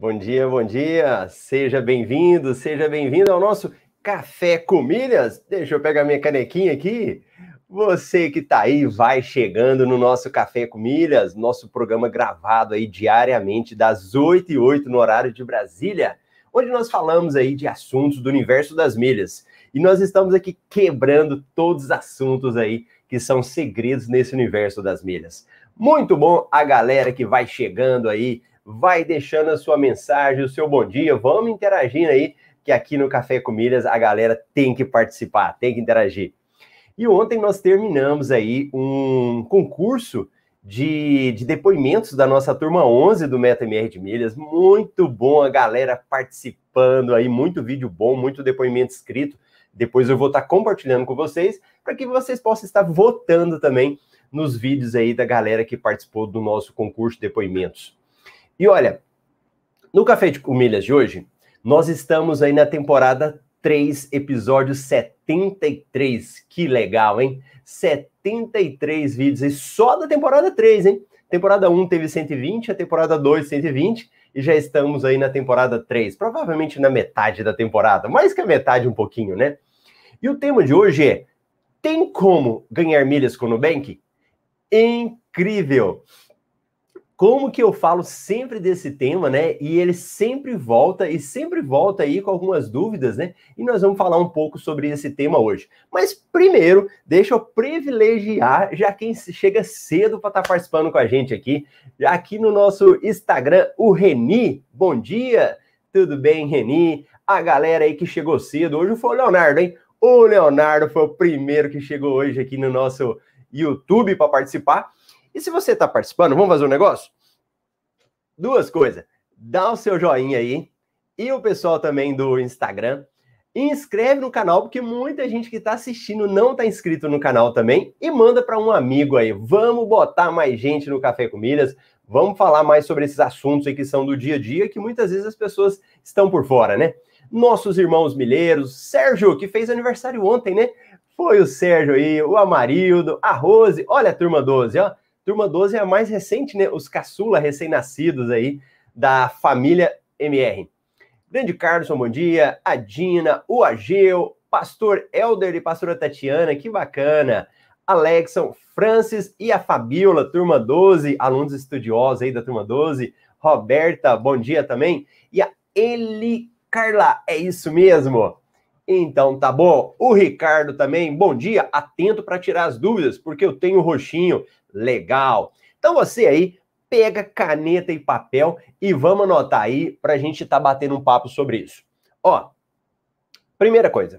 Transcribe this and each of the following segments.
Bom dia, bom dia. Seja bem-vindo ao nosso Café com Milhas. Deixa eu pegar minha canequinha aqui. Você que tá aí, vai chegando no nosso Café com Milhas, nosso programa gravado aí diariamente das 8h08 no horário de Brasília, onde nós falamos aí de assuntos do universo das milhas. E nós estamos aqui quebrando todos os assuntos aí que são segredos nesse universo das milhas. Muito bom a galera que vai chegando aí, vai deixando a sua mensagem, o seu bom dia, vamos interagindo aí, que aqui no Café com Milhas a galera tem que participar, tem que interagir. E ontem nós terminamos aí um concurso de depoimentos da nossa turma 11 do MetaMR de Milhas, muito bom a galera participando aí, muito vídeo bom, muito depoimento escrito, depois eu vou estar compartilhando com vocês, para que vocês possam estar votando também nos vídeos aí da galera que participou do nosso concurso de depoimentos. E olha, no Café com Milhas de hoje, nós estamos aí na temporada 3, episódio 73. Que legal, hein? 73 vídeos aí só da temporada 3, hein? Temporada 1 teve 120, a temporada 2 120, e já estamos aí na temporada 3, provavelmente na metade da temporada, mais que a metade um pouquinho, né? E o tema de hoje é: tem como ganhar milhas com o Nubank? Incrível! Como que eu falo sempre desse tema, né? E ele sempre volta aí com algumas dúvidas, né? E nós vamos falar um pouco sobre esse tema hoje. Mas primeiro, deixa eu privilegiar já quem chega cedo para estar participando com a gente aqui. Já aqui no nosso Instagram, o Reni. Bom dia! Tudo bem, Reni? A galera aí que chegou cedo. Hoje foi o Leonardo, hein? O Leonardo foi o primeiro que chegou hoje aqui no nosso YouTube para participar. E se você está participando, vamos fazer um negócio? Duas coisas. Dá o seu joinha aí. E o pessoal também do Instagram. Inscreve no canal, porque muita gente que está assistindo não está inscrito no canal também. E manda para um amigo aí. Vamos botar mais gente no Café com Milhas. Vamos falar mais sobre esses assuntos aí que são do dia a dia, que muitas vezes as pessoas estão por fora, né? Nossos irmãos milheiros. Sérgio, que fez aniversário ontem, né? Foi o Sérgio aí, o Amarildo, a Rose. Olha a turma 12, ó. Turma 12 é a mais recente, né? Os caçula recém-nascidos aí da família MR. Grande Carlson, bom dia. A Dina, o Ageu, Pastor Helder e Pastora Tatiana, que bacana. Alexson, Francis e a Fabiola, turma 12, alunos estudiosos aí da turma 12. Roberta, bom dia também. E a Eli Carla, é isso mesmo? Então tá bom. O Ricardo também, bom dia. Atento para tirar as dúvidas, porque eu tenho o roxinho. Legal. Então você aí, pega caneta e papel e vamos anotar aí para a gente estar batendo um papo sobre isso. Ó, primeira coisa,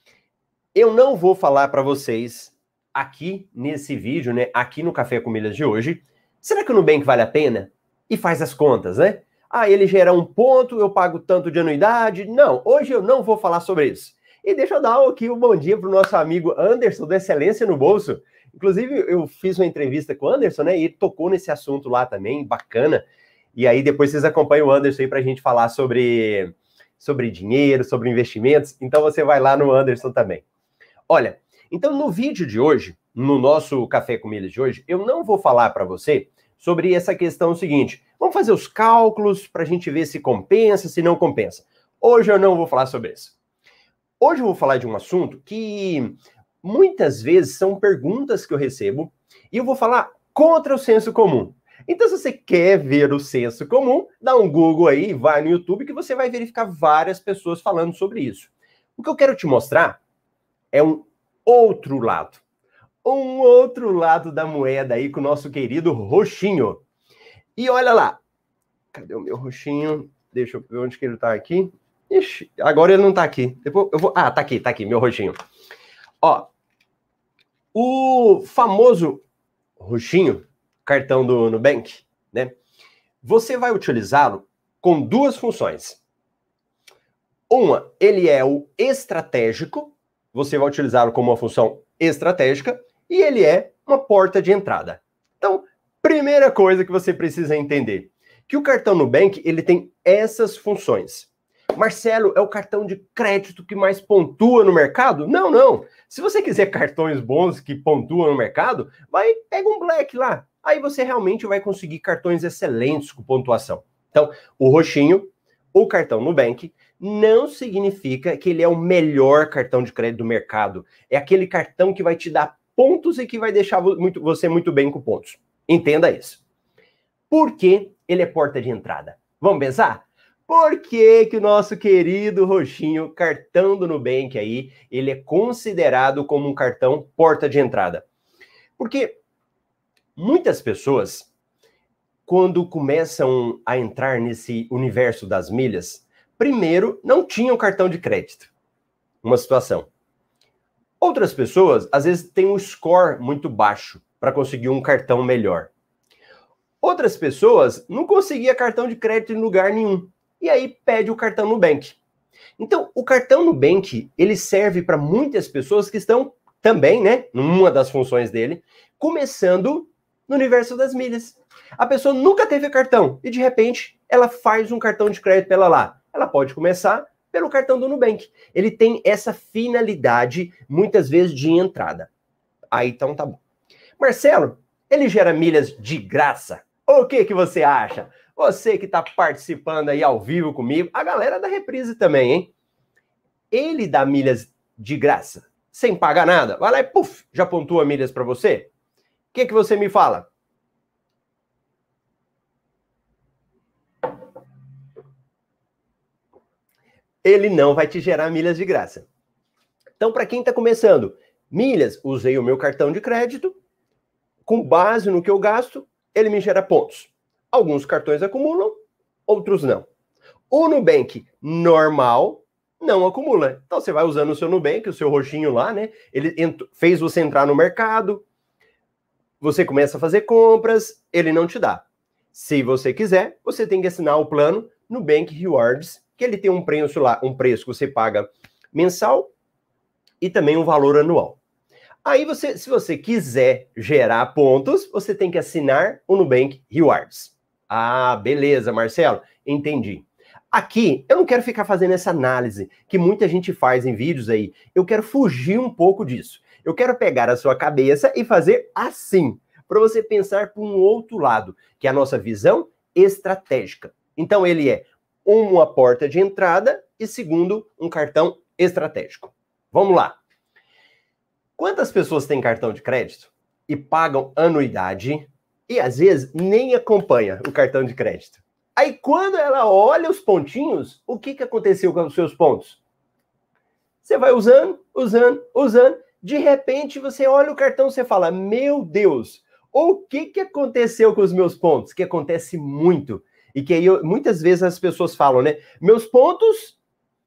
eu não vou falar para vocês aqui nesse vídeo, né, aqui no Café com Milhas de hoje, será que o Nubank vale a pena? E faz as contas, né? Ah, ele gera um ponto, eu pago tanto de anuidade. Não, hoje eu não vou falar sobre isso. E deixa eu dar aqui um bom dia para o nosso amigo Anderson, do Excelência no Bolso. Inclusive, eu fiz uma entrevista com o Anderson, né? E ele tocou nesse assunto lá também, bacana. E aí, depois vocês acompanham o Anderson aí para a gente falar sobre dinheiro, sobre investimentos. Então, você vai lá no Anderson também. Olha, então, no vídeo de hoje, no nosso Café com Milhas de hoje, eu não vou falar para você sobre essa questão seguinte. Vamos fazer os cálculos para a gente ver se compensa, se não compensa. Hoje eu não vou falar sobre isso. Hoje eu vou falar de um assunto que muitas vezes são perguntas que eu recebo e eu vou falar contra o senso comum. Então, se você quer ver o senso comum, dá um Google aí, vai no YouTube que você vai verificar várias pessoas falando sobre isso. O que eu quero te mostrar é um outro lado da moeda aí com o nosso querido roxinho. E olha lá, cadê o meu roxinho? Deixa eu ver onde que ele tá aqui. Ixi, agora ele não tá aqui. Depois eu vou... Ah, tá aqui, meu roxinho. Ó, o famoso roxinho, cartão do Nubank, né? Você vai utilizá-lo com duas funções. Uma, ele é o estratégico, você vai utilizá-lo como uma função estratégica, e ele é uma porta de entrada. Então, primeira coisa que você precisa entender, que o cartão Nubank, ele tem essas funções. Marcelo, é o cartão de crédito que mais pontua no mercado? Não, não. Se você quiser cartões bons que pontuam no mercado, pega um Black lá. Aí você realmente vai conseguir cartões excelentes com pontuação. Então, o roxinho, o cartão Nubank, não significa que ele é o melhor cartão de crédito do mercado. É aquele cartão que vai te dar pontos e que vai deixar você muito bem com pontos. Entenda isso. Por que ele é porta de entrada? Vamos pensar? Por que o nosso querido roxinho, cartão do Nubank aí, ele é considerado como um cartão porta de entrada? Porque muitas pessoas, quando começam a entrar nesse universo das milhas, primeiro, não tinham cartão de crédito. Uma situação. Outras pessoas, às vezes, têm um score muito baixo para conseguir um cartão melhor. Outras pessoas não conseguiam cartão de crédito em lugar nenhum. E aí pede o cartão Nubank. Então, o cartão Nubank, ele serve para muitas pessoas que estão também, né, numa das funções dele, começando no universo das milhas. A pessoa nunca teve cartão e, de repente, ela faz um cartão de crédito pela lá. Ela pode começar pelo cartão do Nubank. Ele tem essa finalidade, muitas vezes, de entrada. Aí, então, tá bom. Marcelo, ele gera milhas de graça? O que você acha? Você que está participando aí ao vivo comigo, a galera da Reprise também, hein? Ele dá milhas de graça, sem pagar nada. Vai lá e, puf, já pontua milhas para você? O que você me fala? Ele não vai te gerar milhas de graça. Então, para quem está começando, milhas, usei o meu cartão de crédito, com base no que eu gasto, ele me gera pontos. Alguns cartões acumulam, outros não. O Nubank normal não acumula. Então, você vai usando o seu Nubank, o seu roxinho lá, né? Ele fez você entrar no mercado, você começa a fazer compras, ele não te dá. Se você quiser, você tem que assinar o plano Nubank Rewards, que ele tem um preço lá, um preço que você paga mensal e também um valor anual. Aí se você quiser gerar pontos, você tem que assinar o Nubank Rewards. Ah, beleza, Marcelo, entendi. Aqui, eu não quero ficar fazendo essa análise que muita gente faz em vídeos aí. Eu quero fugir um pouco disso. Eu quero pegar a sua cabeça e fazer assim, para você pensar para um outro lado, que é a nossa visão estratégica. Então, ele é uma porta de entrada e, segundo, um cartão estratégico. Vamos lá. Quantas pessoas têm cartão de crédito e pagam anuidade e, às vezes, nem acompanha o cartão de crédito? Aí, quando ela olha os pontinhos, o que aconteceu com os seus pontos? Você vai usando, de repente você olha o cartão e você fala, meu Deus, o que aconteceu com os meus pontos? Que acontece muito. E que aí, muitas vezes as pessoas falam, né? Meus pontos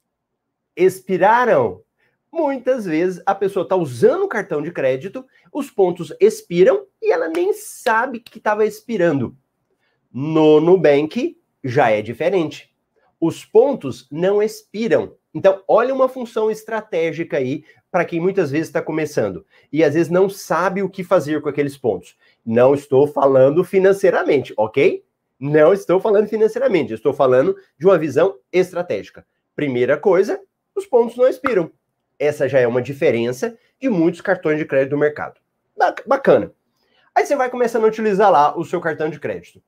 expiraram. Muitas vezes a pessoa está usando o cartão de crédito, os pontos expiram e ela nem sabe que estava expirando. No Nubank já é diferente. Os pontos não expiram. Então, olha uma função estratégica aí para quem muitas vezes está começando e às vezes não sabe o que fazer com aqueles pontos. Não estou falando financeiramente, ok? Não estou falando financeiramente, estou falando de uma visão estratégica. Primeira coisa, os pontos não expiram. Essa já é uma diferença de muitos cartões de crédito do mercado. Bacana. Aí você vai começando a utilizar lá o seu cartão de crédito.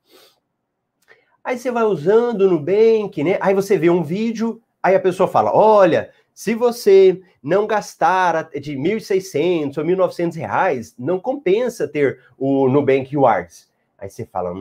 Aí você vai usando no Nubank, né? Aí você vê um vídeo, aí a pessoa fala, olha, se você não gastar de R$ 1.600 ou R$ 1.900 reais, não compensa ter o Nubank Rewards. Aí você fala,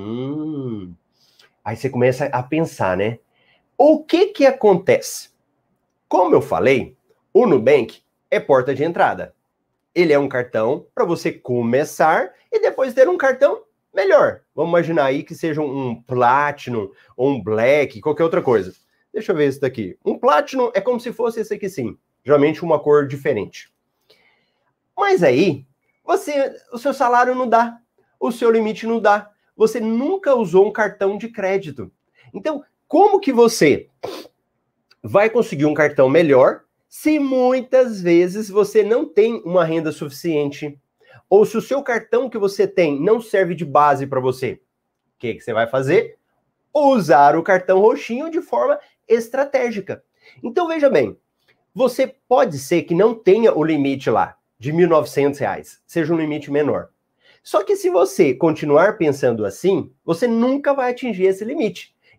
Aí você começa a pensar, né? O que acontece? Como eu falei, o Nubank é porta de entrada. Ele é um cartão para você começar e depois ter um cartão melhor. Vamos imaginar aí que seja um Platinum ou um Black, qualquer outra coisa. Deixa eu ver esse daqui. Um Platinum é como se fosse esse aqui sim. Geralmente uma cor diferente. Mas aí, o seu salário não dá. O seu limite não dá. Você nunca usou um cartão de crédito. Então, como que você vai conseguir um cartão melhor se muitas vezes você não tem uma renda suficiente? Ou se o seu cartão que você tem não serve de base para você? O que você vai fazer? Usar o cartão roxinho de forma estratégica. Então, veja bem, você pode ser que não tenha o limite lá de R$ 1.900 reais, seja um limite menor. Só que se você continuar pensando assim, você nunca vai atingir esse limite.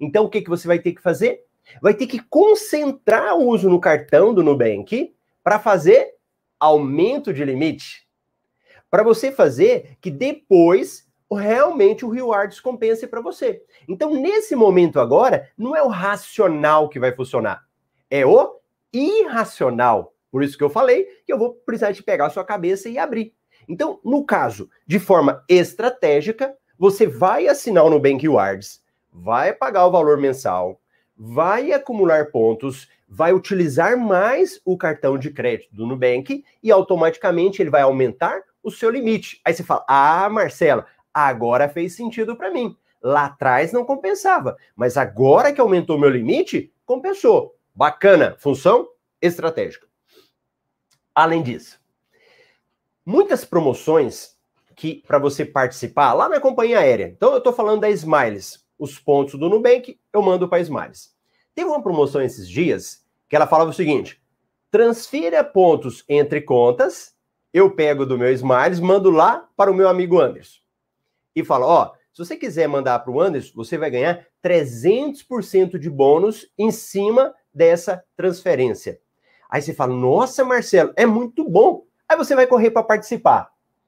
Então, o que você vai ter que fazer? Vai ter que concentrar o uso no cartão do Nubank para fazer aumento de limite. Para você fazer que depois realmente o rewards compense para você. Então, nesse momento agora, não é o racional que vai funcionar, é o irracional. Por isso que eu falei que eu vou precisar de pegar a sua cabeça e abrir. Então, no caso, de forma estratégica, você vai assinar o Nubank Rewards, vai pagar o valor mensal, vai acumular pontos, vai utilizar mais o cartão de crédito do Nubank e automaticamente ele vai aumentar o seu limite. Aí você fala, ah, Marcelo, agora fez sentido para mim. Lá atrás não compensava, mas agora que aumentou meu limite, compensou. Bacana, função estratégica. Além disso, muitas promoções que para você participar lá na companhia aérea. Então eu estou falando da Smiles. Os pontos do Nubank eu mando para a Smiles. Teve uma promoção esses dias que ela falava o seguinte: transfira pontos entre contas, eu pego do meu Smiles, mando lá para o meu amigo Anderson. E fala, ó, se você quiser mandar para o Anderson, você vai ganhar 300% de bônus em cima dessa transferência. Aí você fala, nossa, Marcelo, é muito bom. Aí você vai correr para participar.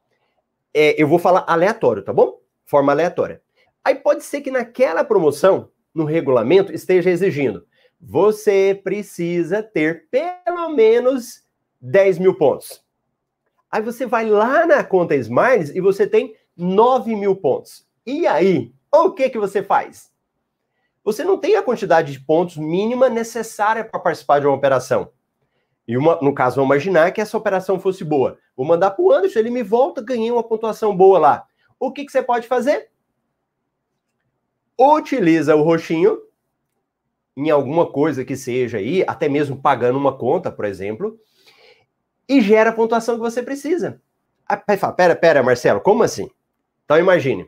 Eu vou falar aleatório, tá bom? Forma aleatória. Aí pode ser que naquela promoção, no regulamento, esteja exigindo, você precisa ter pelo menos 10 mil pontos. Aí você vai lá na conta Smiles e você tem 9 mil pontos. E aí, o que você faz? Você não tem a quantidade de pontos mínima necessária para participar de uma operação. E no caso, vamos imaginar que essa operação fosse boa. Vou mandar para o Anderson, ele me volta, ganhei uma pontuação boa lá. O que você pode fazer? Utiliza o roxinho em alguma coisa que seja aí, até mesmo pagando uma conta, por exemplo, e gera a pontuação que você precisa. Aí fala, pera, Marcelo, como assim? Então imagine.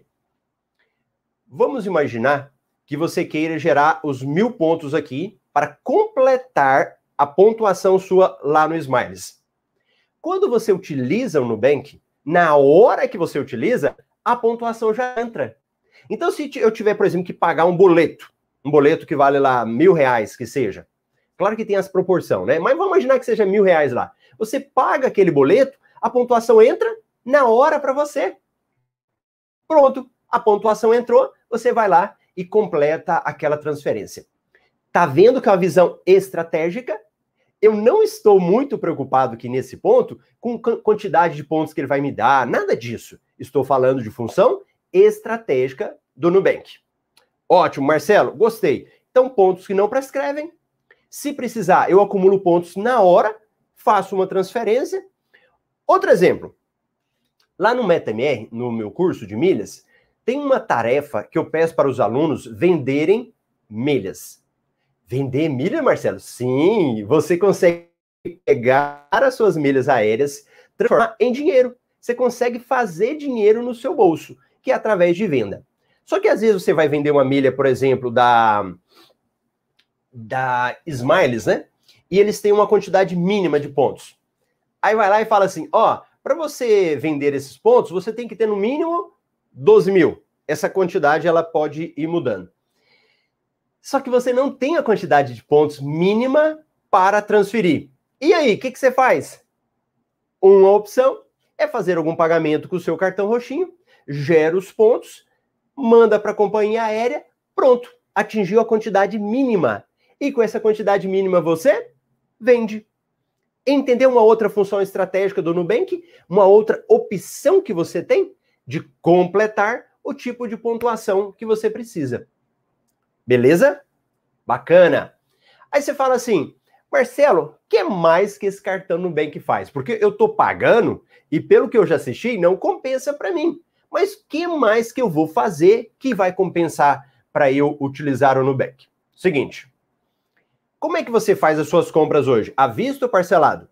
Vamos imaginar que você queira gerar os 1000 pontos aqui para completar a pontuação sua lá no Smiles. Quando você utiliza o Nubank, na hora que você utiliza, a pontuação já entra. Então, se eu tiver, por exemplo, que pagar um boleto que vale lá R$1.000, que seja. Claro que tem as proporções, né? Mas vamos imaginar que seja R$1.000 lá. Você paga aquele boleto, a pontuação entra na hora para você. Pronto, a pontuação entrou, você vai lá e completa aquela transferência. Tá vendo que é uma visão estratégica? Eu não estou muito preocupado aqui nesse ponto com quantidade de pontos que ele vai me dar, nada disso. Estou falando de função estratégica do Nubank. Ótimo, Marcelo, gostei. Então, pontos que não prescrevem. Se precisar, eu acumulo pontos na hora, faço uma transferência. Outro exemplo. Lá no MetaMR, no meu curso de milhas, tem uma tarefa que eu peço para os alunos venderem milhas. Vender milha, Marcelo? Sim, você consegue pegar as suas milhas aéreas, transformar em dinheiro. Você consegue fazer dinheiro no seu bolso, que é através de venda. Só que às vezes você vai vender uma milha, por exemplo, da Smiles, né? E eles têm uma quantidade mínima de pontos. Aí vai lá e fala assim, ó, para você vender esses pontos, você tem que ter no mínimo 12 mil. Essa quantidade ela pode ir mudando. Só que você não tem a quantidade de pontos mínima para transferir. E aí, o que você faz? Uma opção é fazer algum pagamento com o seu cartão roxinho, gera os pontos, manda para a companhia aérea, pronto, atingiu a quantidade mínima. E com essa quantidade mínima você vende. Entendeu uma outra função estratégica do Nubank? Uma outra opção que você tem de completar o tipo de pontuação que você precisa. Beleza? Bacana. Aí você fala assim, Marcelo, o que mais que esse cartão Nubank faz? Porque eu tô pagando e pelo que eu já assisti, não compensa para mim. Mas o que mais que eu vou fazer que vai compensar para eu utilizar o Nubank? Seguinte, como é que você faz as suas compras hoje? À vista ou parcelado?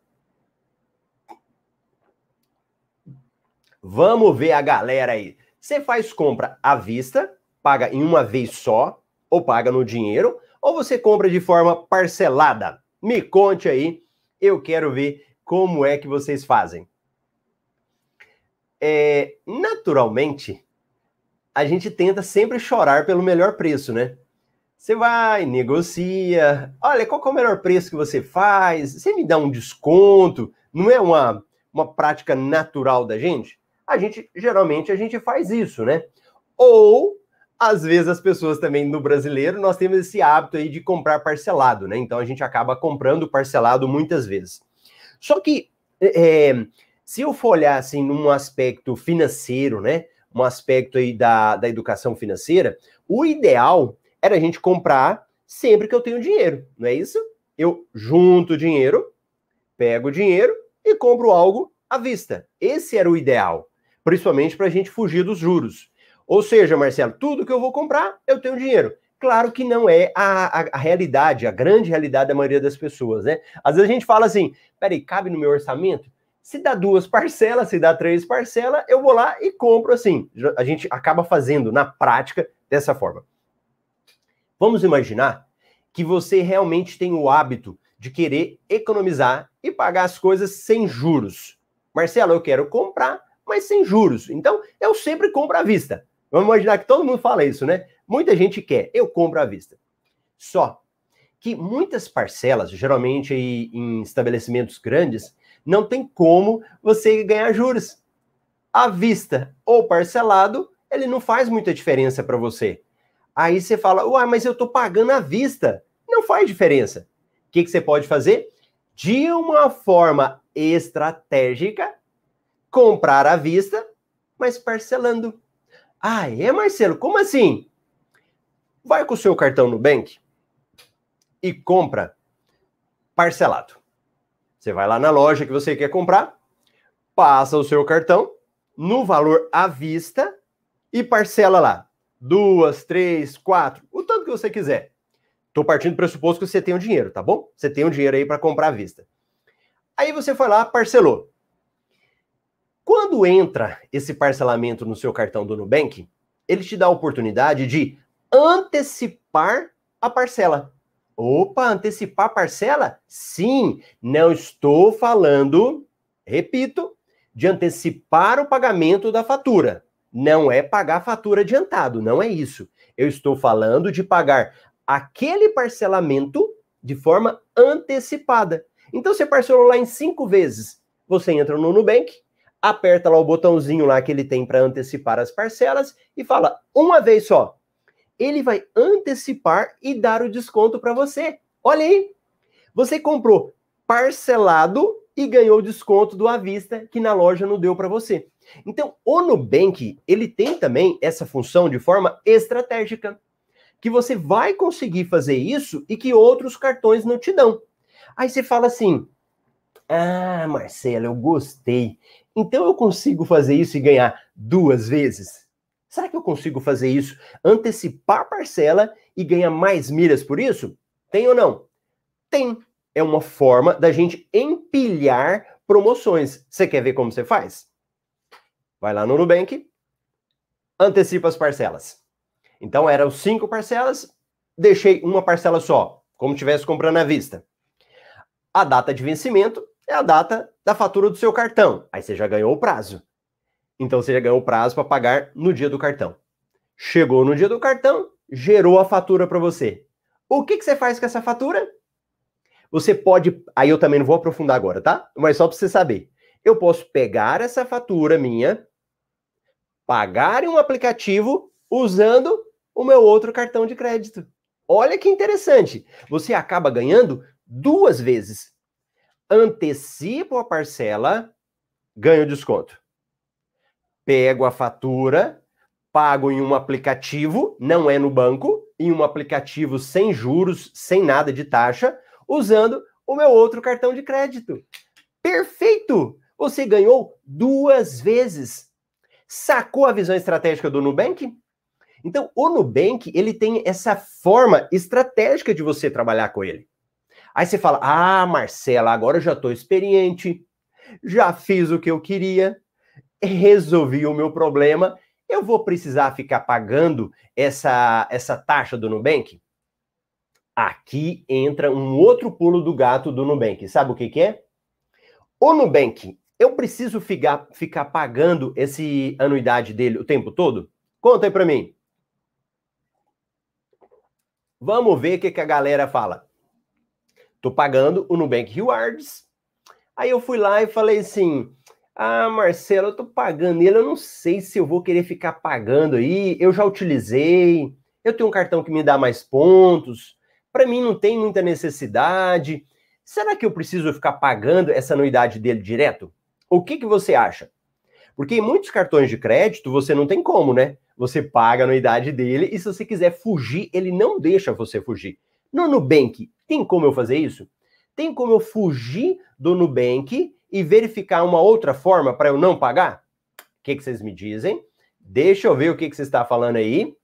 Vamos ver a galera aí. Você faz compra à vista, paga em uma vez só, ou paga no dinheiro, ou você compra de forma parcelada? Me conte aí, eu quero ver como é que vocês fazem. Naturalmente, a gente tenta sempre chorar pelo melhor preço, né? Você vai, negocia, olha, qual que é o melhor preço que você faz? Você me dá um desconto? Não é uma prática natural da gente? Geralmente, a gente faz isso, né? Ou, às vezes, as pessoas também, no brasileiro, nós temos esse hábito aí de comprar parcelado, né? Então, a gente acaba comprando parcelado muitas vezes. Só que, se eu for olhar, assim, num aspecto financeiro, né? Um aspecto aí da educação financeira, o ideal era a gente comprar sempre que eu tenho dinheiro, não é isso? Eu junto dinheiro, pego o dinheiro e compro algo à vista. Esse era o ideal, principalmente para a gente fugir dos juros. Ou seja, Marcelo, tudo que eu vou comprar, eu tenho dinheiro. Claro que não é a realidade, a grande realidade da maioria das pessoas, né? Às vezes a gente fala assim, peraí, cabe no meu orçamento? Se dá 2 parcelas, se dá 3 parcelas, eu vou lá e compro assim. A gente acaba fazendo na prática dessa forma. Vamos imaginar que você realmente tem o hábito de querer economizar e pagar as coisas sem juros. Marcelo, eu quero comprar, mas sem juros. Então, eu sempre compro à vista. Vamos imaginar que todo mundo fala isso, né? Muita gente quer, eu compro à vista. Só que muitas parcelas, geralmente em estabelecimentos grandes, não tem como você ganhar juros. À vista ou parcelado, ele não faz muita diferença para você. Aí você fala, uai, mas eu estou pagando à vista. Não faz diferença. O que você pode fazer? De uma forma estratégica, comprar à vista, mas parcelando. Ah, é, Marcelo? Como assim? Vai com o seu cartão Nubank e compra parcelado. Você vai lá na loja que você quer comprar, passa o seu cartão no valor à vista e parcela lá. 2, 3, 4, o tanto que você quiser. Estou partindo do pressuposto que você tem o dinheiro, tá bom? Você tem o dinheiro aí para comprar à vista. Aí você foi lá, parcelou. Quando entra esse parcelamento no seu cartão do Nubank, ele te dá a oportunidade de antecipar a parcela. Opa, antecipar a parcela? Sim, não estou falando, repito, de antecipar o pagamento da fatura. Não é pagar a fatura adiantado, não é isso. Eu estou falando de pagar aquele parcelamento de forma antecipada. Então você parcelou lá em 5 vezes. Você entra no Nubank, aperta lá o botãozinho lá que ele tem para antecipar as parcelas e fala uma vez só. Ele vai antecipar e dar o desconto para você. Olha aí, você comprou parcelado e ganhou o desconto do à vista que na loja não deu para você. Então, o Nubank, ele tem também essa função de forma estratégica, que você vai conseguir fazer isso e que outros cartões não te dão. Aí você fala assim, ah, Marcelo, eu gostei. Então eu consigo fazer isso e ganhar 2 vezes? Será que eu consigo fazer isso, antecipar a parcela e ganhar mais milhas por isso? Tem ou não? Tem. É uma forma da gente empilhar promoções. Você quer ver como você faz? Vai lá no Nubank, antecipa as parcelas. Então eram 5 parcelas, deixei uma parcela só, como se estivesse comprando à vista. A data de vencimento é a data da fatura do seu cartão. Aí você já ganhou o prazo. Então você já ganhou o prazo para pagar no dia do cartão. Chegou no dia do cartão, gerou a fatura para você. O que você faz com essa fatura? Você pode... Aí eu também não vou aprofundar agora, tá? Mas só para você saber. Eu posso pegar essa fatura minha, pagar em um aplicativo usando o meu outro cartão de crédito. Olha que interessante. Você acaba ganhando 2 vezes. Antecipo a parcela, ganho desconto. Pego a fatura, pago em um aplicativo, não é no banco, em um aplicativo sem juros, sem nada de taxa, usando o meu outro cartão de crédito. Perfeito! Você ganhou 2 vezes. Sacou a visão estratégica do Nubank? Então, o Nubank, ele tem essa forma estratégica de você trabalhar com ele. Aí você fala, ah, Marcela, agora eu já estou experiente, já fiz o que eu queria, resolvi o meu problema, eu vou precisar ficar pagando essa taxa do Nubank? Aqui entra um outro pulo do gato do Nubank. Sabe o que é? O Nubank, eu preciso ficar pagando essa anuidade dele o tempo todo? Conta aí para mim. Vamos ver o que a galera fala. Tô pagando o Nubank Rewards. Aí eu fui lá e falei assim, Marcelo, eu tô pagando ele, eu não sei se eu vou querer ficar pagando aí, eu já utilizei, eu tenho um cartão que me dá mais pontos, para mim não tem muita necessidade, será que eu preciso ficar pagando essa anuidade dele direto? O que você acha? Porque em muitos cartões de crédito você não tem como, né? Você paga a anuidade dele e se você quiser fugir, ele não deixa você fugir. No Nubank, tem como eu fazer isso? Tem como eu fugir do Nubank e verificar uma outra forma para eu não pagar? O que vocês me dizem? Deixa eu ver o que você está falando aí.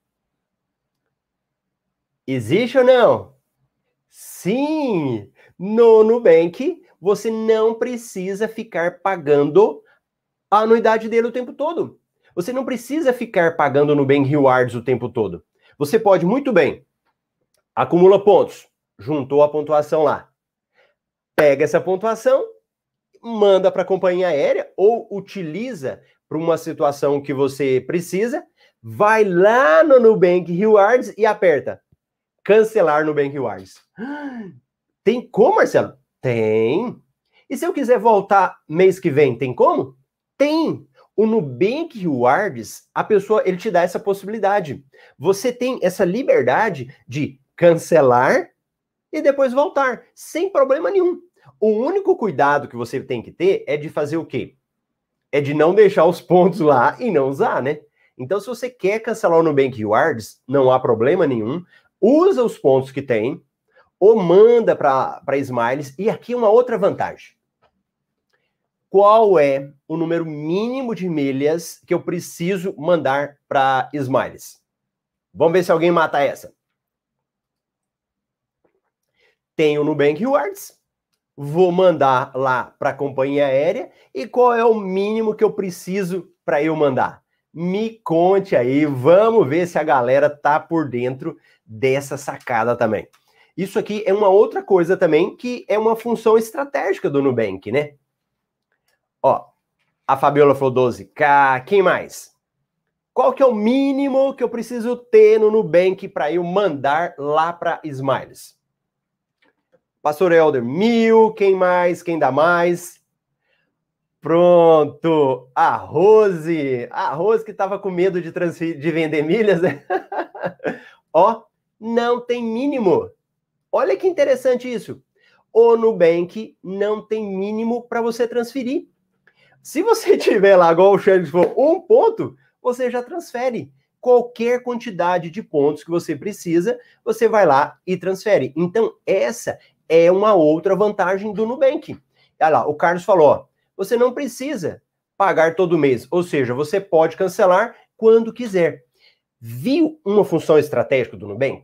Existe ou não? Sim! No Nubank, você não precisa ficar pagando a anuidade dele o tempo todo. Você não precisa ficar pagando o Nubank Rewards o tempo todo. Você pode muito bem, acumula pontos, juntou a pontuação lá. Pega essa pontuação, manda para a companhia aérea ou utiliza para uma situação que você precisa, vai lá no Nubank Rewards e aperta cancelar Nubank Rewards. Tem como, Marcelo? Tem. E se eu quiser voltar mês que vem, tem como? Tem. O Nubank Rewards, a pessoa, ele te dá essa possibilidade. Você tem essa liberdade de cancelar e depois voltar, sem problema nenhum. O único cuidado que você tem que ter é de fazer o quê? É de não deixar os pontos lá e não usar, né? Então, se você quer cancelar o Nubank Rewards, não há problema nenhum. Usa os pontos que tem, ou manda para Smiles. E aqui uma outra vantagem. Qual é o número mínimo de milhas que eu preciso mandar para Smiles? Vamos ver se alguém mata essa. Tenho o Nubank Rewards. Vou mandar lá para a companhia aérea e qual é o mínimo que eu preciso para eu mandar? Me conte aí, vamos ver se a galera tá por dentro dessa sacada também. Isso aqui é uma outra coisa também que é uma função estratégica do Nubank, né? Ó, a Fabiola falou 12K, quem mais? Qual que é o mínimo que eu preciso ter no Nubank para eu mandar lá para Smiles? Pastor Helder, 1000, quem mais? Quem dá mais? Pronto, a Rose que estava com medo de vender milhas, né? Ó, não tem mínimo. Olha que interessante isso. O Nubank não tem mínimo para você transferir. Se você tiver lá, igual o Xande falou, 1 ponto, você já transfere. Qualquer quantidade de pontos que você precisa, você vai lá e transfere. Então, essa é uma outra vantagem do Nubank. Olha lá, o Carlos falou, ó, você não precisa pagar todo mês, ou seja, você pode cancelar quando quiser. Viu uma função estratégica do Nubank?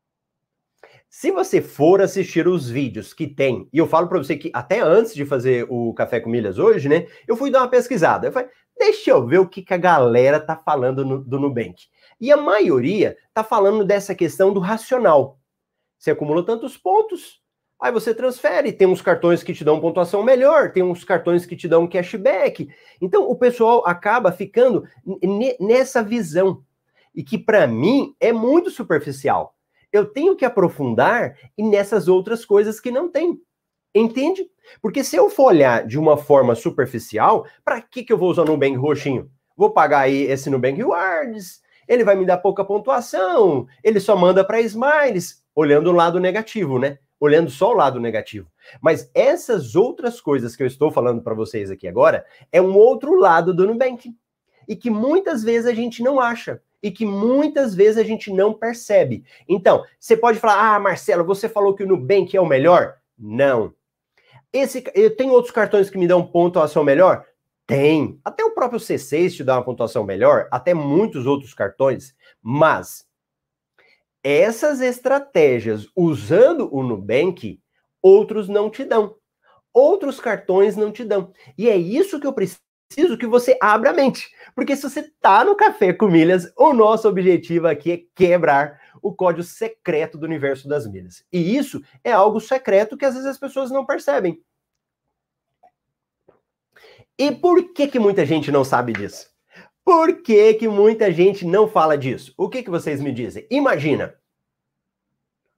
Se você for assistir os vídeos que tem, e eu falo para você que até antes de fazer o Café com Milhas hoje, né, eu fui dar uma pesquisada. Eu falei, deixa eu ver o que a galera tá falando do Nubank. E a maioria tá falando dessa questão do racional. Você acumula tantos pontos, aí você transfere, tem uns cartões que te dão pontuação melhor, tem uns cartões que te dão cashback. Então, o pessoal acaba ficando nessa visão. E que, para mim, é muito superficial. Eu tenho que aprofundar nessas outras coisas que não tem. Entende? Porque se eu for olhar de uma forma superficial, para que eu vou usar o Nubank roxinho? Vou pagar aí esse Nubank Rewards, ele vai me dar pouca pontuação, ele só manda para Smiles, olhando o lado negativo, né? Olhando só o lado negativo. Mas essas outras coisas que eu estou falando para vocês aqui agora, é um outro lado do Nubank. E que muitas vezes a gente não acha. E que muitas vezes a gente não percebe. Então, você pode falar, Marcelo, você falou que o Nubank é o melhor? Não. Tem outros cartões que me dão pontuação melhor? Tem. Até o próprio C6 te dá uma pontuação melhor, até muitos outros cartões. Mas essas estratégias usando o Nubank, outros não te dão. Outros cartões não te dão. E é isso que eu preciso que você abra a mente. Porque se você está no Café com Milhas, o nosso objetivo aqui é quebrar o código secreto do universo das milhas. E isso é algo secreto que às vezes as pessoas não percebem. E por que muita gente não sabe disso? Por que muita gente não fala disso? O que vocês me dizem? Imagina,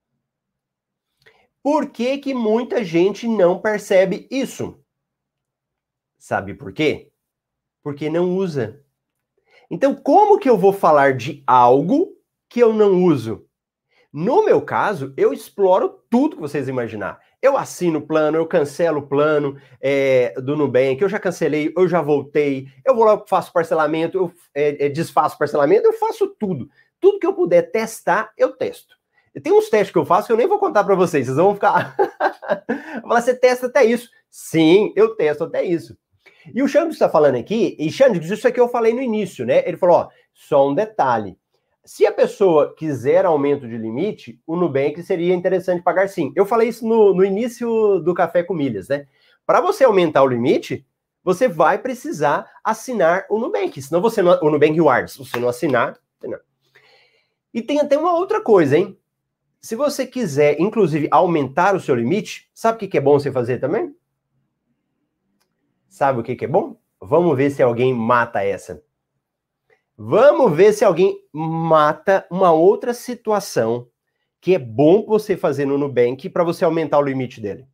Por que que muita gente não percebe isso? Sabe por quê? Porque não usa. Então, como que eu vou falar de algo que eu não uso? No meu caso, eu exploro tudo que vocês imaginar. Eu assino o plano, eu cancelo o plano do Nubank, eu já cancelei, eu já voltei, eu vou lá, faço parcelamento, eu desfaço parcelamento, eu faço tudo. Tudo que eu puder testar, eu testo. Tem uns testes que eu faço que eu nem vou contar para vocês, vocês vão ficar... Vou falar, você testa até isso? Sim, eu testo até isso. E o Xandro está falando aqui, e Xandro, isso aqui eu falei no início, né? Ele falou, ó, só um detalhe. Se a pessoa quiser aumento de limite, o Nubank seria interessante pagar sim. Eu falei isso no início do Café com Milhas, né? Para você aumentar o limite, você vai precisar assinar o Nubank. Senão você não, o Nubank Rewards, se você não assinar, não. E tem até uma outra coisa, hein? Se você quiser, inclusive, aumentar o seu limite, sabe o que é bom você fazer também? Sabe o que é bom? Vamos ver se alguém mata essa. Vamos ver se alguém mata uma outra situação que é bom você fazer no Nubank para você aumentar o limite dele.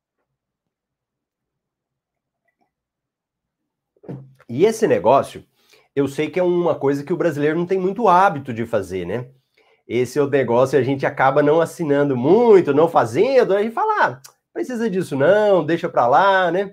E esse negócio, eu sei que é uma coisa que o brasileiro não tem muito hábito de fazer, né? Esse é o negócio, a gente acaba não assinando muito, não fazendo, a gente fala, precisa disso não, deixa para lá, né?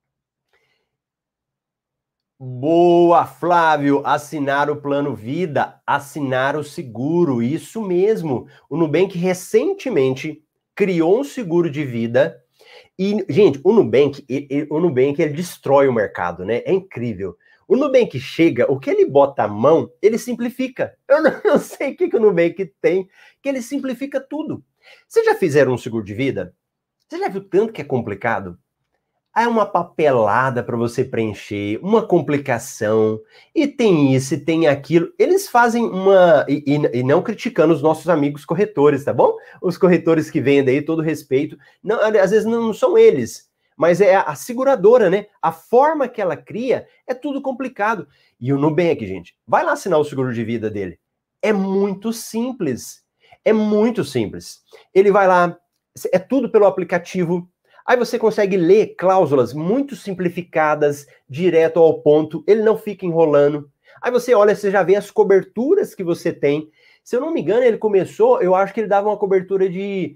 Boa, Flávio, assinar o plano vida, assinar o seguro, isso mesmo. O Nubank recentemente criou um seguro de vida e, gente, o Nubank ele destrói o mercado, né? É incrível. O Nubank chega, o que ele bota a mão, ele simplifica. Eu não sei o que o Nubank tem, que ele simplifica tudo. Vocês já fizeram um seguro de vida? Você já viu tanto que é complicado? É uma papelada para você preencher, uma complicação, e tem isso, e tem aquilo. Eles fazem uma... E não criticando os nossos amigos corretores, tá bom? Os corretores que vendem aí, todo respeito. Não, às vezes não são eles, mas é a seguradora, né? A forma que ela cria é tudo complicado. E o Nubank, gente, vai lá assinar o seguro de vida dele. É muito simples. É muito simples. Ele vai lá, é tudo pelo aplicativo. Aí você consegue ler cláusulas muito simplificadas, direto ao ponto, ele não fica enrolando. Aí você olha, você já vê as coberturas que você tem. Se eu não me engano, ele começou, eu acho que ele dava uma cobertura de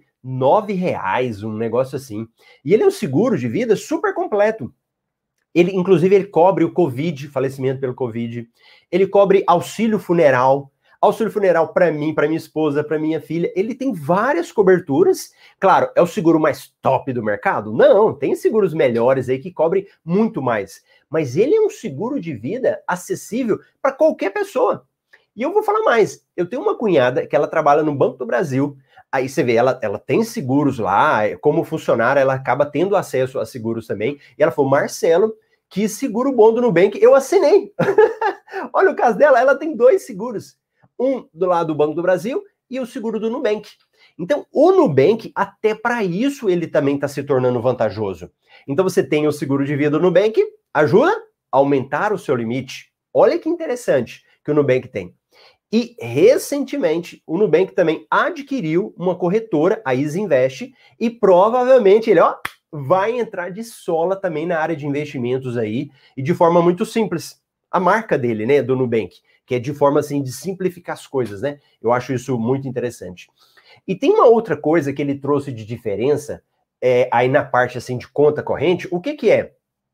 R$9, um negócio assim. E ele é um seguro de vida super completo. Ele, inclusive, ele cobre o Covid, falecimento pelo Covid. Ele cobre auxílio funeral para mim, para minha esposa, para minha filha. Ele tem várias coberturas. Claro, é o seguro mais top do mercado? Não, tem seguros melhores aí que cobrem muito mais. Mas ele é um seguro de vida acessível para qualquer pessoa. E eu vou falar mais. Eu tenho uma cunhada que ela trabalha no Banco do Brasil. Aí você vê, ela tem seguros lá, como funcionária, ela acaba tendo acesso a seguros também. E ela falou, Marcelo, que seguro bom do Nubank. Eu assinei. Olha o caso dela, ela tem 2 seguros. Um do lado do Banco do Brasil e o seguro do Nubank. Então, o Nubank, até para isso, ele também está se tornando vantajoso. Então, você tem o seguro de vida do Nubank, ajuda a aumentar o seu limite. Olha que interessante que o Nubank tem. E, recentemente, o Nubank também adquiriu uma corretora, a Isinvest, e provavelmente ele, vai entrar de sola também na área de investimentos aí, e de forma muito simples. A marca dele, né, do Nubank, que é de forma assim de simplificar as coisas, né? Eu acho isso muito interessante. E tem uma outra coisa que ele trouxe de diferença aí na parte assim de conta corrente. O que é?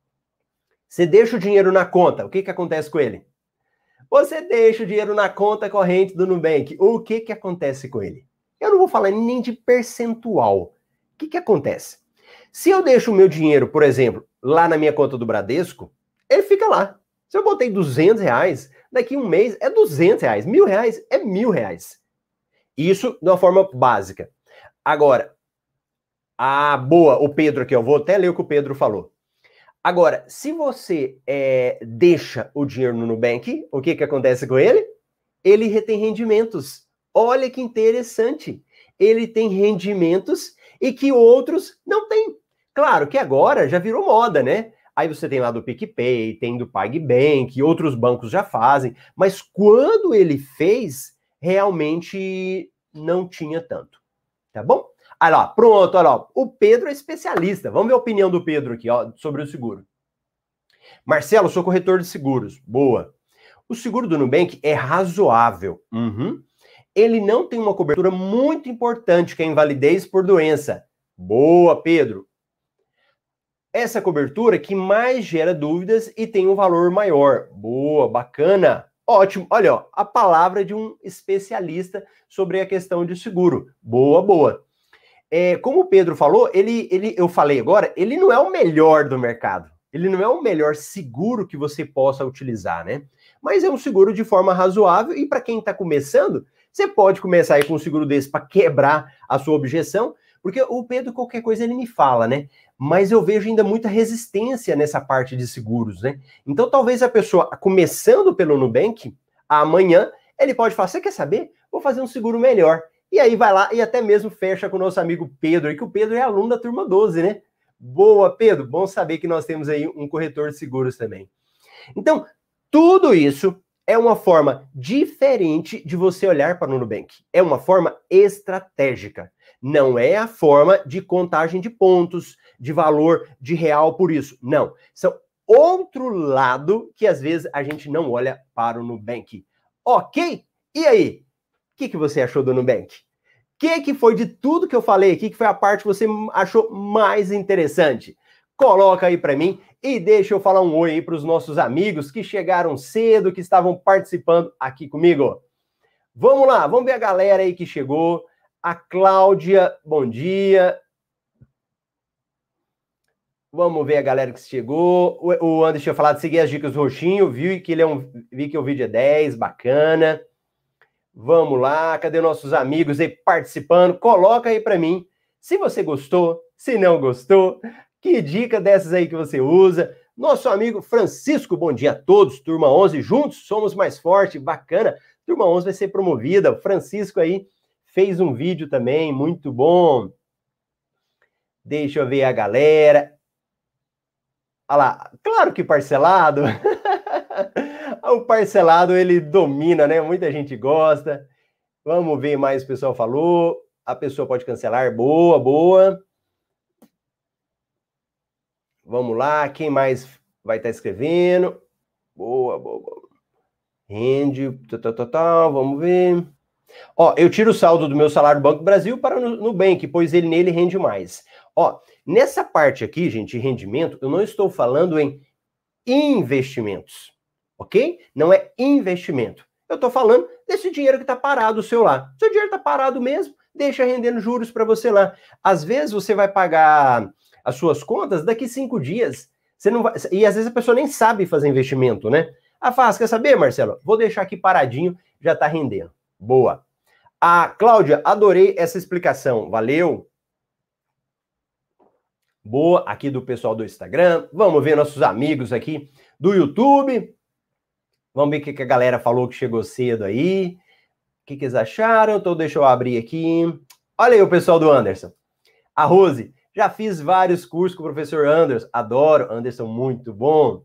Você deixa o dinheiro na conta, o que acontece com ele? Você deixa o dinheiro na conta corrente do Nubank, o que acontece com ele? Eu não vou falar nem de percentual. O que acontece? Se eu deixo o meu dinheiro, por exemplo, lá na minha conta do Bradesco, ele fica lá. Se eu botei R$200, daqui um mês é R$200, R$1.000 é R$1.000. Isso de uma forma básica. Agora, o Pedro aqui, eu vou até ler o que o Pedro falou. Agora, se você deixa o dinheiro no Nubank, o que acontece com ele? Ele retém rendimentos. Olha que interessante. Ele tem rendimentos e que outros não têm. Claro que agora já virou moda, né? Aí você tem lá do PicPay, tem do PagBank, outros bancos já fazem, mas quando ele fez, realmente não tinha tanto, tá bom? Olha lá, pronto, olha lá. O Pedro é especialista. Vamos ver a opinião do Pedro aqui, ó, sobre o seguro. Marcelo, sou corretor de seguros. Boa. O seguro do Nubank é razoável. Uhum. Ele não tem uma cobertura muito importante, que é a invalidez por doença. Boa, Pedro. Essa cobertura que mais gera dúvidas e tem um valor maior. Boa, bacana. Ótimo. Olha, ó, a palavra de um especialista sobre a questão de seguro. Boa, boa. Como o Pedro falou, eu falei agora, ele não é o melhor do mercado. Ele não é o melhor seguro que você possa utilizar, né? Mas é um seguro de forma razoável e para quem está começando, você pode começar aí com um seguro desse para quebrar a sua objeção, porque o Pedro, qualquer coisa, ele me fala, né? Mas eu vejo ainda muita resistência nessa parte de seguros, né? Então, talvez a pessoa, começando pelo Nubank, amanhã, ele pode falar, você quer saber? Vou fazer um seguro melhor. E aí vai lá e até mesmo fecha com o nosso amigo Pedro, que o Pedro é aluno da turma 12, né? Boa, Pedro. Bom saber que nós temos aí um corretor de seguros também. Então, tudo isso é uma forma diferente de você olhar para o Nubank. É uma forma estratégica. Não é a forma de contagem de pontos, de valor, de real por isso. Não. São outro lado que às vezes a gente não olha para o Nubank. Ok? E aí? O que você achou do Nubank? O que foi de tudo que eu falei aqui, que foi a parte que você achou mais interessante? Coloca aí para mim e deixa eu falar um oi aí para os nossos amigos que chegaram cedo, que estavam participando aqui comigo. Vamos lá, vamos ver a galera aí que chegou. A Cláudia, bom dia. Vamos ver a galera que chegou. O Anderson tinha falado de seguir as dicas do Roxinho, vi que o vídeo é 10, bacana. Vamos lá, cadê nossos amigos aí participando? Coloca aí para mim se você gostou, se não gostou, que dica dessas aí que você usa. Nosso amigo Francisco, bom dia a todos, turma 11, juntos somos mais fortes, bacana. Turma 11 vai ser promovida, o Francisco aí fez um vídeo também, muito bom. Deixa eu ver a galera. Olha lá, claro que parcelado. O parcelado, ele domina, né? Muita gente gosta. Vamos ver mais o pessoal falou. A pessoa pode cancelar. Boa, boa. Vamos lá. Quem mais vai estar escrevendo? Boa, boa, boa. Rende. Vamos ver. Ó, eu tiro o saldo do meu salário do Banco do Brasil para o Nubank, pois ele nele rende mais. Ó, nessa parte aqui, gente, rendimento, eu não estou falando em investimentos. Ok? Não é investimento. Eu estou falando desse dinheiro que está parado o seu lá. Seu dinheiro está parado mesmo, deixa rendendo juros para você lá. Às vezes você vai pagar as suas contas daqui 5 dias. Você não vai... E às vezes a pessoa nem sabe fazer investimento, né? Quer saber, Marcelo? Vou deixar aqui paradinho, já está rendendo. Boa. Cláudia, adorei essa explicação. Valeu. Boa, aqui do pessoal do Instagram. Vamos ver nossos amigos aqui do YouTube. Vamos ver o que a galera falou que chegou cedo aí. O que eles acharam? Então, deixa eu abrir aqui. Olha aí o pessoal do Anderson. A Rose, já fiz vários cursos com o professor Anderson. Adoro. Anderson, muito bom.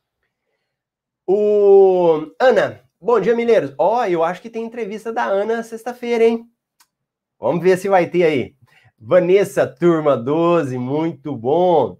Ana, bom dia, mineiros. Eu acho que tem entrevista da Ana sexta-feira, hein? Vamos ver se vai ter aí. Vanessa, turma 12, muito bom.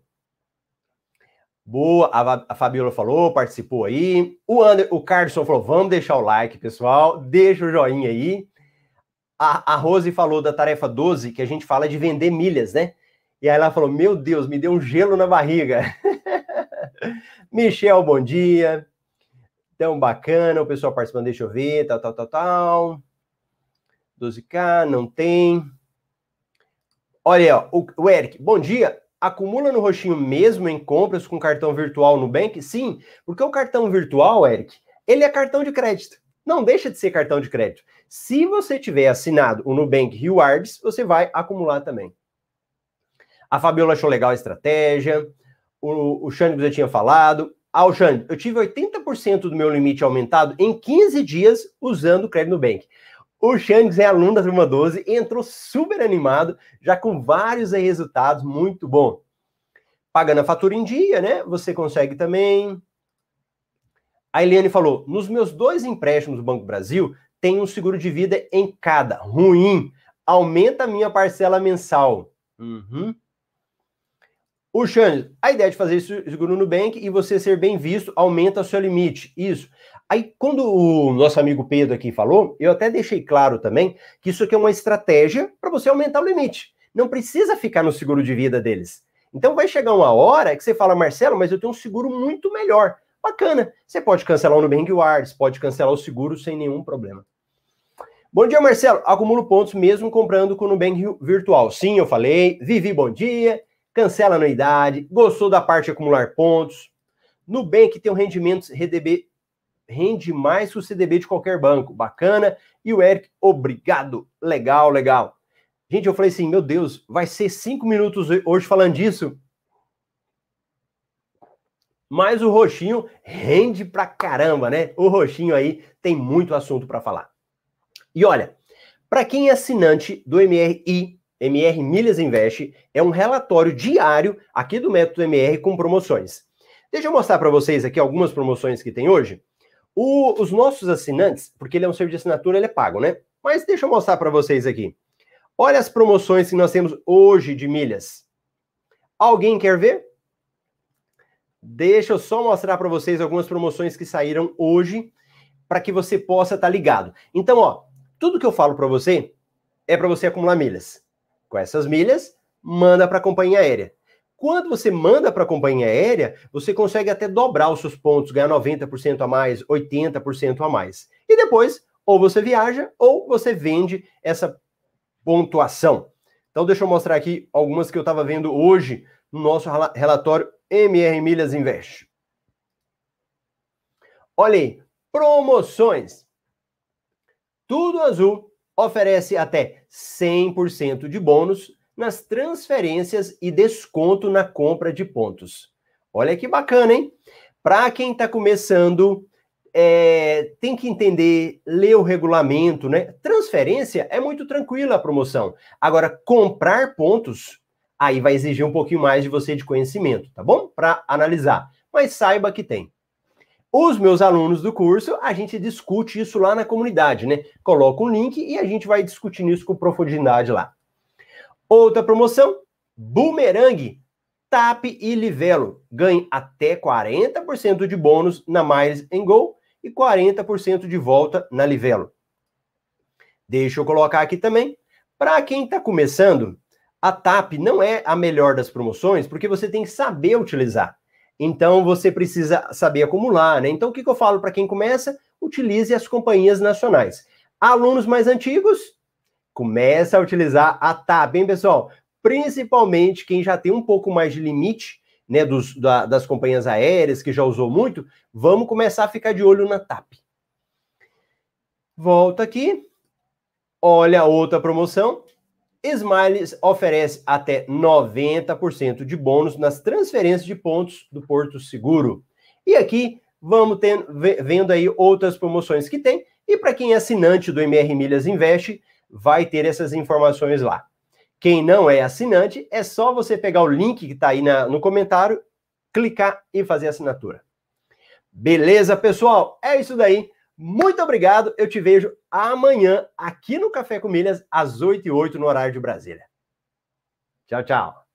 Boa, a Fabiola falou, participou aí. O Carlson falou, vamos deixar o like, pessoal. Deixa o joinha aí. A Rose falou da tarefa 12, que a gente fala de vender milhas, né? E aí ela falou, meu Deus, me deu um gelo na barriga. Michel, bom dia. Então, bacana, o pessoal participando, deixa eu ver, tal. 12K, não tem. Olha aí, ó, o Eric, bom dia. Acumula no roxinho mesmo em compras com cartão virtual no Nubank? Sim, porque o cartão virtual, Eric, ele é cartão de crédito. Não deixa de ser cartão de crédito. Se você tiver assinado o Nubank Rewards, você vai acumular também. A Fabiola achou legal a estratégia. O Xande já tinha falado. O Xande, eu tive 80% do meu limite aumentado em 15 dias usando o crédito Nubank. O Xandes é aluno da turma 12, entrou super animado, já com vários resultados, muito bom. Pagando a fatura em dia, né? Você consegue também. A Eliane falou, nos meus 2 empréstimos do Banco do Brasil, tem um seguro de vida em cada. Ruim. Aumenta a minha parcela mensal. O Xande, a ideia de fazer seguro no Nubank e você ser bem visto aumenta o seu limite. Isso. Aí, quando o nosso amigo Pedro aqui falou, eu até deixei claro também que isso aqui é uma estratégia para você aumentar o limite. Não precisa ficar no seguro de vida deles. Então vai chegar uma hora que você fala, Marcelo, mas eu tenho um seguro muito melhor. Bacana. Você pode cancelar o Nubank Wards, pode cancelar o seguro sem nenhum problema. Bom dia, Marcelo. Acumulo pontos mesmo comprando com o Nubank virtual. Sim, eu falei. Vivi, bom dia. Cancela a anuidade. Gostou da parte de acumular pontos. Nubank tem um rendimento RDB, rende mais que o CDB de qualquer banco. Bacana. E o Eric, obrigado. Legal, legal. Gente, eu falei assim, meu Deus, vai ser 5 minutos hoje falando disso. Mas o roxinho rende pra caramba, né? O roxinho aí tem muito assunto para falar. E olha, para quem é assinante do MRI, MR Milhas Invest, é um relatório diário aqui do Método MR com promoções. Deixa eu mostrar para vocês aqui algumas promoções que tem hoje. Os nossos assinantes, porque ele é um serviço de assinatura, ele é pago, né? Mas deixa eu mostrar para vocês aqui. Olha as promoções que nós temos hoje de milhas. Alguém quer ver? Deixa eu só mostrar para vocês algumas promoções que saíram hoje para que você possa estar ligado. Então, ó, tudo que eu falo para você é para você acumular milhas. Com essas milhas, manda para a companhia aérea. Quando você manda para a companhia aérea, você consegue até dobrar os seus pontos, ganhar 90% a mais, 80% a mais. E depois, ou você viaja, ou você vende essa pontuação. Então, deixa eu mostrar aqui algumas que eu estava vendo hoje no nosso relatório MR Milhas Invest. Olha aí, promoções. Tudo Azul oferece até 100% de bônus nas transferências e desconto na compra de pontos. Olha que bacana, hein? Para quem está começando, tem que entender, ler o regulamento, né? Transferência é muito tranquila a promoção. Agora, comprar pontos, aí vai exigir um pouquinho mais de você de conhecimento, tá bom? Para analisar. Mas saiba que tem. Os meus alunos do curso, a gente discute isso lá na comunidade, né? Coloca um link e a gente vai discutindo isso com profundidade lá. Outra promoção, Boomerang, TAP e Livelo. Ganhe até 40% de bônus na Miles & Go e 40% de volta na Livelo. Deixa eu colocar aqui também. Para quem está começando, a TAP não é a melhor das promoções, porque você tem que saber utilizar. Então, você precisa saber acumular, né? Então, o que eu falo para quem começa? Utilize as companhias nacionais. Alunos mais antigos, começa a utilizar a TAP, hein, pessoal? Principalmente quem já tem um pouco mais de limite, né, das companhias aéreas, que já usou muito, vamos começar a ficar de olho na TAP. Volta aqui. Olha a outra promoção. Smiles oferece até 90% de bônus nas transferências de pontos do Porto Seguro. E aqui vamos vendo aí outras promoções que tem. E para quem é assinante do MR Milhas Invest, vai ter essas informações lá. Quem não é assinante, é só você pegar o link que está aí no comentário, clicar e fazer a assinatura. Beleza, pessoal? É isso daí. Muito obrigado. Eu te vejo amanhã aqui no Café com Milhas, às 8h08 no horário de Brasília. Tchau, tchau.